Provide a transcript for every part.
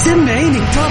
سمعيني التوب.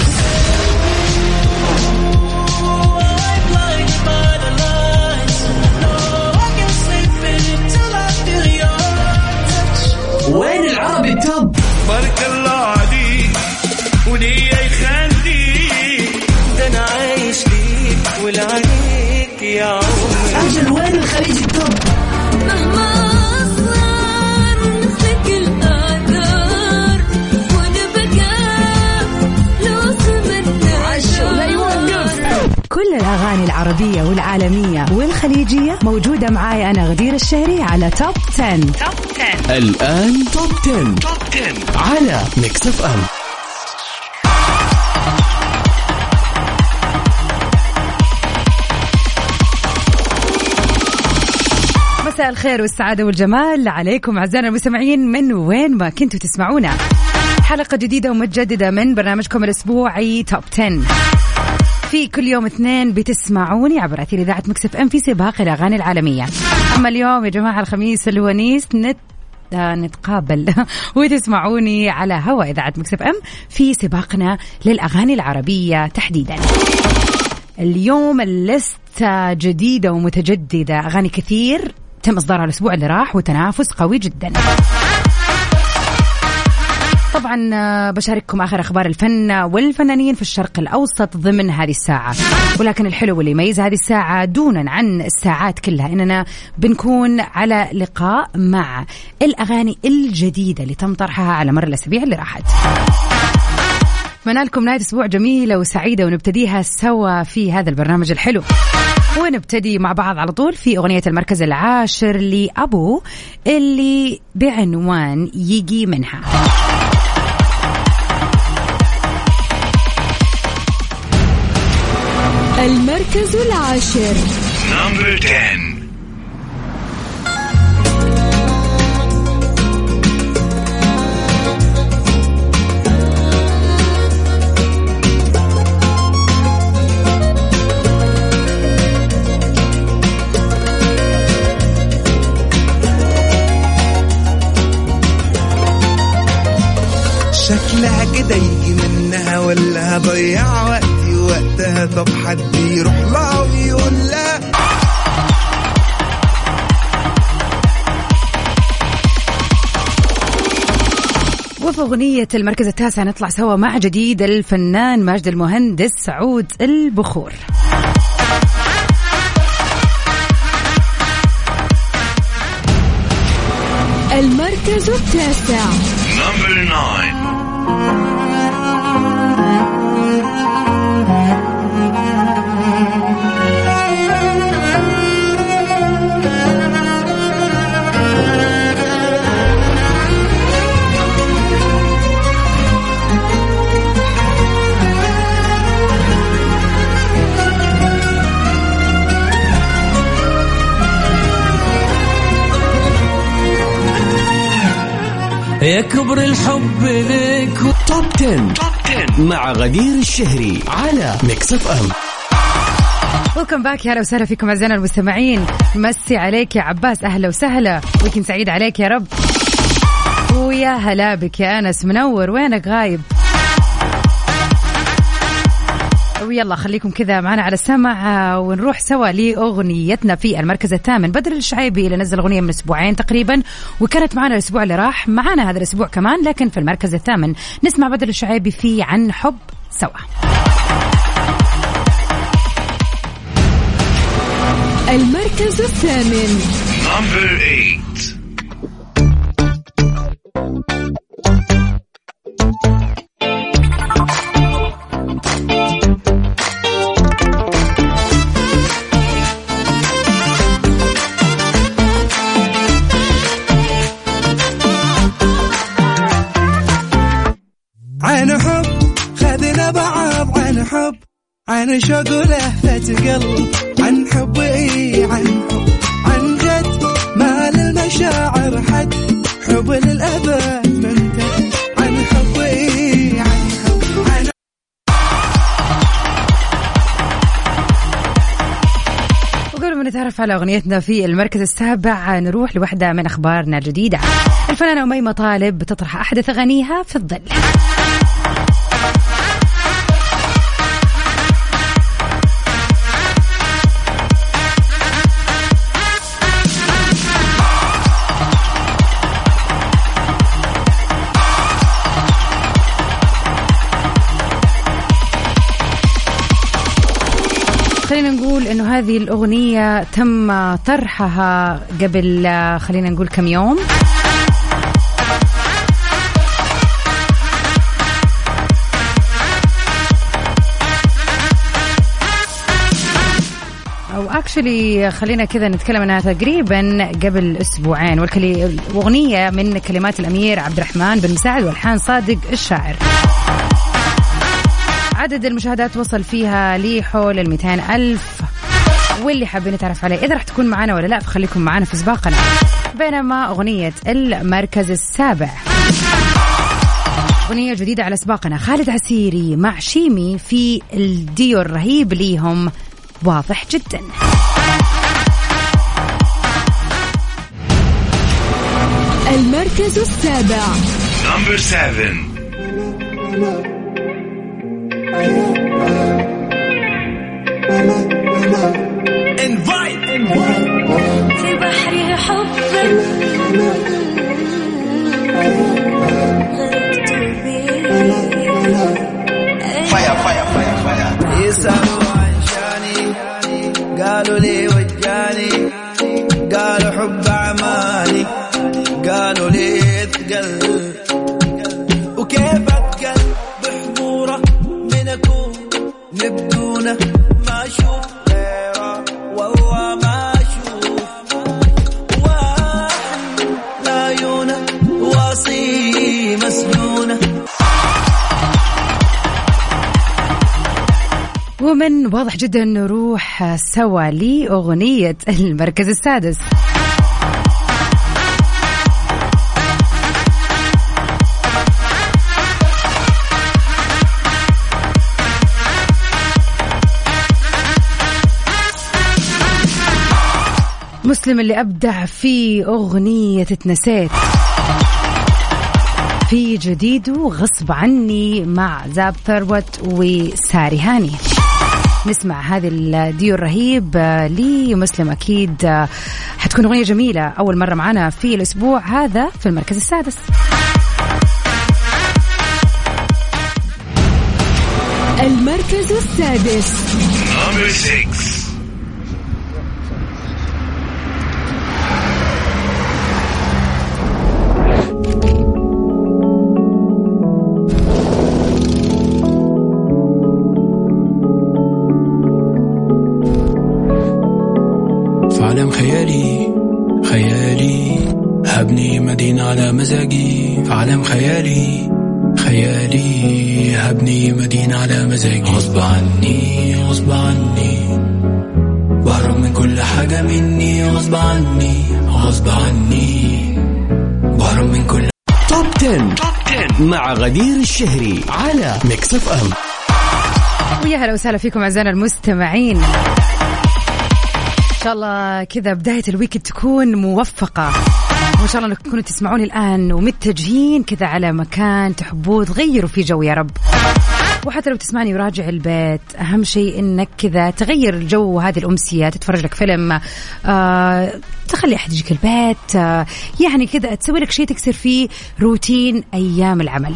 وين العربي التوب؟ بارك الله عليك ولي يخليك، ده انا عايش ليك ولعنيك يا عمري. أجل وين الخليجي التوب؟ مهما أصغر نخلق الآثار ونبقى لو سمرنا عشو لا يوقف. كل الأغاني العربية والعالمية والخليجية موجودة معاي أنا غدير الشهري على توب 10. الآن توب 10 على ميكس اف ام. مساء الخير والسعادة والجمال عليكم أعزائنا المستمعين من وين ما كنتوا تسمعونا. حلقة جديدة ومتجددة من برنامجكم الأسبوعي توب 10. في كل يوم اثنين بتسمعوني عبر أثير إذاعة ميكس اف ام في سباق الأغاني العالمية. أما اليوم يا جماعة الخميس الونيس نتقابل وتسمعوني على هواء إذاعة ميكس اف ام في سباقنا للأغاني العربية تحديدا. اليوم اللستة جديدة ومتجددة، أغاني كثير تم إصدارها الأسبوع اللي راح وتنافس قوي جدا. طبعا بشارككم آخر أخبار الفن والفنانين في الشرق الأوسط ضمن هذه الساعة، ولكن الحلو واللي يميز هذه الساعة دونا عن الساعات كلها إننا بنكون على لقاء مع الأغاني الجديدة اللي تم طرحها على مر الأسابيع اللي راحت. أتمنى لكم نهاية أسبوع جميلة وسعيدة ونبتديها سوا في هذا البرنامج الحلو. ونبتدي مع بعض على طول في أغنية المركز العاشر لأبو اللي بعنوان يجي منها. المركز العاشر Number 10. شكلها كده يجي منها ولا هضيع وقتي وقتها؟ طب حد يروح لها ويقول لا. وفي أغنية المركز التاسع نطلع سوا مع جديد الفنان ماجد المهندس سعود البخور. المركز التاسع Number 9. يكبر الحب لك. توب 10 مع غدير الشهري على ميكس اف ام. ويلكم باك، يا هلا وسهلا فيكم أعزائنا المستمعين. مسي عليك يا عباس، أهلا وسهلا، ويكند سعيد عليك يا رب. ويا هلا بك يا أنس، منور، وينك غايب؟ ويلا خليكم كذا معنا على السمع ونروح سوا لأغنيتنا في المركز الثامن. بدر الشعيبي اللي نزل أغنية من أسبوعين تقريبا وكانت معنا الأسبوع اللي راح، معنا هذا الأسبوع كمان، لكن في المركز الثامن نسمع بدر الشعيبي في عن حب سوا. المركز الثامن Number 8. عن حب خذنا بعض، عن حب عن شوق ولهفة قلب، عن حب اي عن حب عن جد ما للمشاعر حد، حب للأبد منتهي، عن حب اي عن حب عن. وقبل ما ونتعرف على أغنيتنا في المركز السابع. نروح لوحدة من أخبارنا الجديدة. الفنانة أميمة طالب بتطرح أحدث أغانيها في الظل. خلينا نقول إنه هذه الأغنية تم طرحها قبل خلينا نقول كم يوم، أو actually خلينا كذا نتكلم عنها تقريبا قبل أسبوعين. والأغنية من كلمات الأمير عبد الرحمن بن مساعد والحان صادق الشاعر. عدد المشاهدات وصل فيها لحول 200,000. واللي حابين نتعرف عليه إذا رح تكون معنا ولا لا فخليكم معنا في سباقنا. بينما أغنية المركز السابع أغنية جديدة على سباقنا، خالد عسيري مع شيمي في الديو الرهيب ليهم واضح جدا. المركز السابع. Number 7. في بحر حبك غرقت بيه. يسألوا عن شاني قالوا لي وجاني، قالوا حب عماني، قالوا لي اتقل وكيف اتقل بحضوره من اكون نبدونه ما اشوف غيره والله ما اشوف واحد لعيونه واصي مسجونه. ومن واضح جدا نروح سوا لأغنية المركز السادس. مسلم اللي أبدع في أغنية اتنسيت في جديده غصب عني مع زاب ثروت وساري هاني. نسمع هذا الديو الرهيب لمسلم. أكيد حتكون أغنية جميلة أول مرة معنا في الأسبوع هذا في المركز السادس. المركز السادس. Number 6. عالم خيالي خيالي هبني مدينة على مزاجي. في عالم خيالي خيالي هبني مدينة على مزاجي. غصب عني غصب عني بهرب من كل حاجة مني. غصب عني غصب عني بهرب من كل. توب 10 مع غدير الشهري على ميكس اف ام. ويا هلا وسهلا فيكم أعزائنا المستمعين. إن شاء الله كذا بداية الويكند تكون موفقة، وإن شاء الله تكونوا تسمعوني الآن ومتجهين كذا على مكان تحبوه تغيروا فيه جو يا رب. وحتى لو تسمعني وراجع البيت أهم شيء إنك كذا تغير الجو. هذه الأمسية تتفرج لك فيلم، تخلي أحد يجيك البيت، يعني كذا تسوي لك شيء تكسر فيه روتين أيام العمل.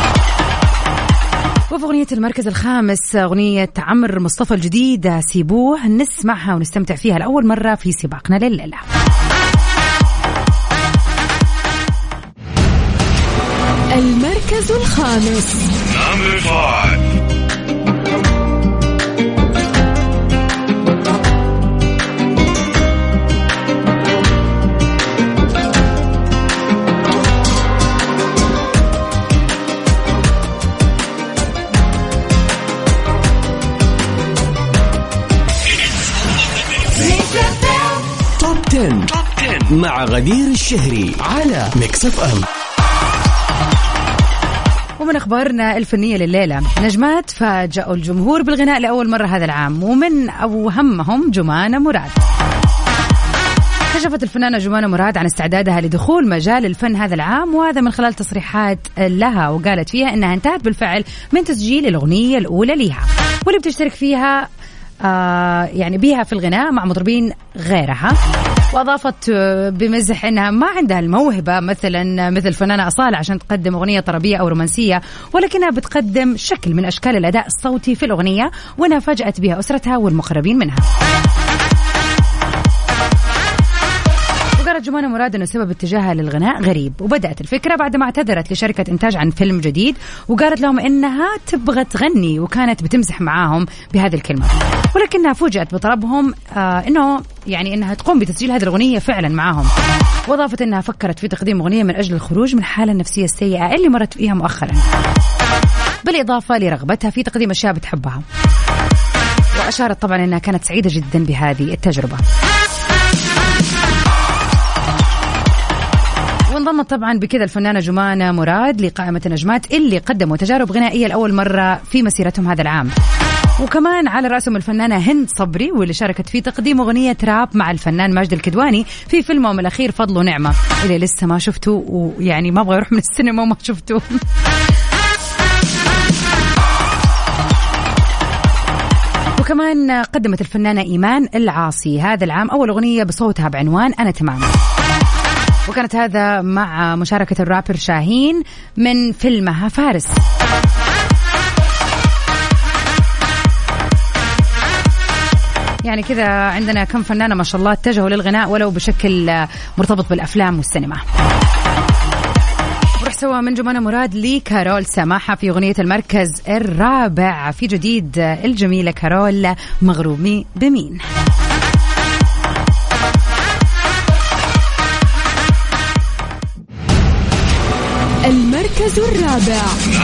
وفي أغنية المركز الخامس أغنية عمرو مصطفى الجديدة سيبوه، نسمعها ونستمتع فيها لأول مرة في سباقنا لليلة. المركز الخامس. Number 5. توب 10 مع غدير الشهري على ميكس اف ام. ومن أخبارنا الفنية لليلة، نجمات فاجأوا الجمهور بالغناء لأول مرة هذا العام، ومن أوهمهم جمانة مراد. كشفت الفنانة جمانة مراد عن استعدادها لدخول مجال الفن هذا العام، وهذا من خلال تصريحات لها، وقالت فيها أنها انتهت بالفعل من تسجيل الأغنية الأولى لها واللي بتشترك فيها يعني بيها في الغناء مع مطربين غيرها. وأضافت بمزح أنها ما عندها الموهبة مثلا مثل الفنانة أصالة عشان تقدم أغنية طربية أو رومانسية، ولكنها بتقدم شكل من أشكال الأداء الصوتي في الأغنية، وأنها فاجأت بها أسرتها والمقربين منها. قالت جمانة مراد أنه سبب اتجاهها للغناء غريب، وبدأت الفكرة بعدما اعتذرت لشركة إنتاج عن فيلم جديد، وقالت لهم إنها تبغى تغني، وكانت بتمزح معاهم بهذه الكلمة، ولكنها فوجئت بطلبهم إنه يعني إنها تقوم بتسجيل هذه الأغنية فعلا معاهم. وأضافت إنها فكرت في تقديم أغنية من أجل الخروج من الحالة النفسية السيئة اللي مرت فيها مؤخرا، بالإضافة لرغبتها في تقديم أشياء بتحبها. وأشارت طبعا إنها كانت سعيدة جدا بهذه التجربة. وانضمت طبعا بكذا الفنانة جمانة مراد لقائمة النجمات اللي قدموا تجارب غنائية لأول مرة في مسيرتهم هذا العام، وكمان على رأسهم الفنانة هند صبري واللي شاركت في تقديم أغنية راب مع الفنان ماجد الكدواني في فيلمهم الأخير فضل ونعمة اللي لسه ما شفته، ويعني ما أبغى أروح من السينما وما شفته. وكمان قدمت الفنانة إيمان العاصي هذا العام أول أغنية بصوتها بعنوان أنا تمام، وكانت هذا مع مشاركة الرابر شاهين من فيلمها فارس. يعني كذا عندنا كم فنانة ما شاء الله اتجهوا للغناء ولو بشكل مرتبط بالأفلام والسينما. نروح سوا من جمانة مراد لكارول سماحة في أغنية المركز الرابع في جديد الجميلة كارول مغرومي بمين. المركز الرابع.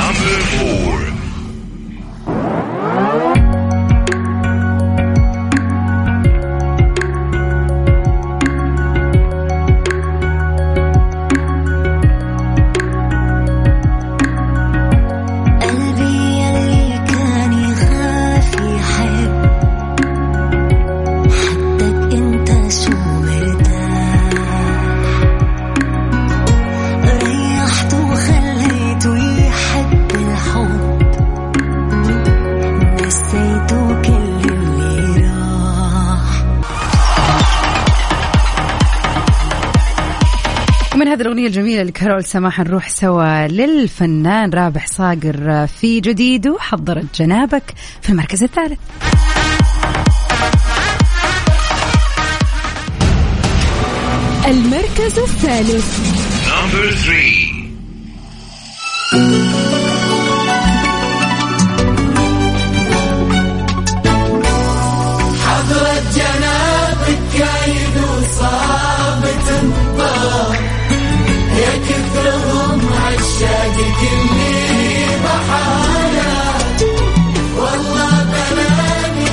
هذه الأغنية الجميلة لكارول سماحة نروح سوا للفنان رابح صاقر في جديده حضرت جنابك في المركز الثالث. المركز الثالث. Number 3. حضرت جنابك كايد وصاب تنطر يا كثرهم عشاقك اللي بحالة والله بلاني.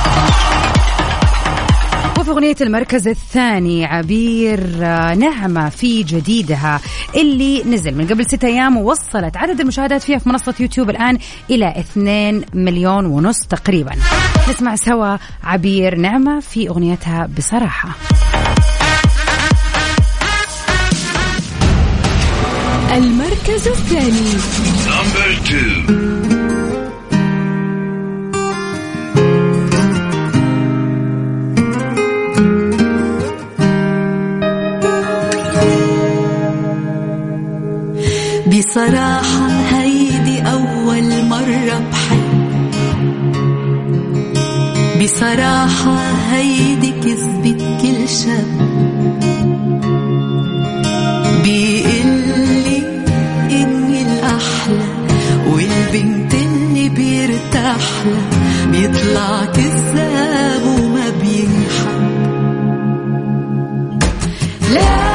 وفي أغنية المركز الثاني عبير نعمة في جديدها اللي نزل من قبل 6 أيام ووصلت عدد المشاهدات فيها في منصة يوتيوب الآن إلى 2.5 مليون تقريبا. نسمع سوا عبير نعمة في أغنيتها بصراحة. المركز الثاني. Number 2. بصراحة هيدي أول مرة بحب، بصراحة هيدي كذبة كل شب، بيقلي إني الأحلى والبنت اللي بيرتاحلها بيطلع كذاب وما بينحب. لا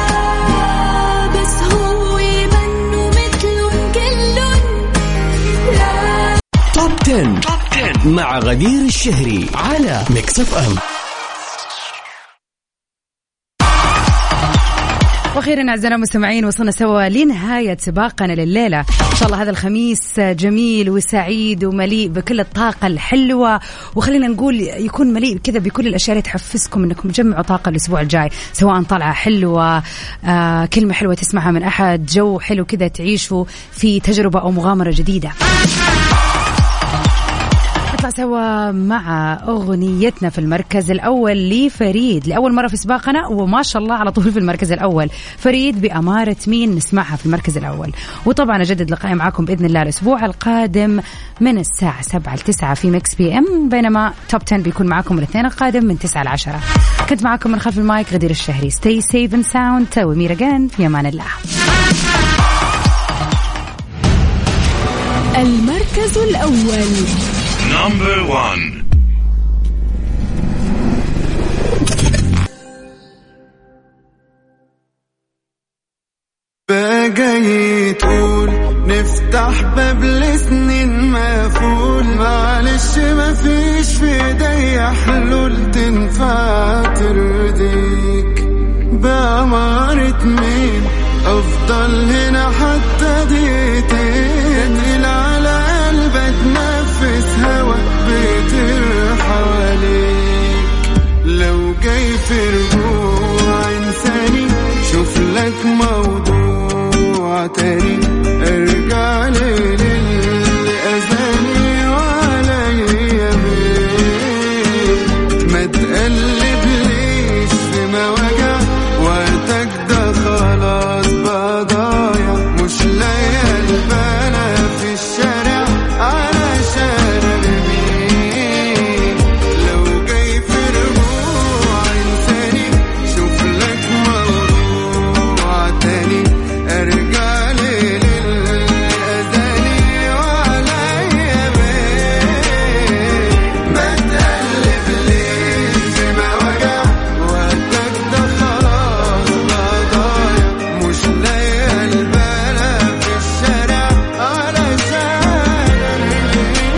توب 10 مع غدير الشهري على ميكس اف ام. واخيرا اعزائنا المستمعين وصلنا سوا لنهايه سباقنا لليله. ان شاء الله هذا الخميس جميل وسعيد ومليء بكل الطاقه الحلوه، وخلينا نقول يكون مليء كذا بكل الاشياء اللي تحفزكم انكم تجمعوا طاقه الاسبوع الجاي، سواء طلعه حلوه، كلمه حلوه تسمعها من احد، جو حلو كذا تعيشوا في تجربه او مغامره جديده. نطلع سوا مع أغنيتنا في المركز الأول لفريد لأول مرة في سباقنا، وما شاء الله على طول في المركز الأول. فريد بأمارة مين نسمعها في المركز الأول. وطبعا أجدد لقائي معاكم بإذن الله الأسبوع القادم من الساعة 7 ل 9 في ميكس بي ام، بينما توب 10 بيكون معاكم الاثنين القادم من 9 ل 10. كنت معاكم من خلف المايك غدير الشهري. Stay safe and sound. وميرا جان في أمان الله. المركز الأول. Number 1. بقى تقول نفتح باب لسنين مفول، معلش مفيش في ايديا حلول تنفع ترضيك. بأمارة مين أفضل هنا حتى دقيقتين،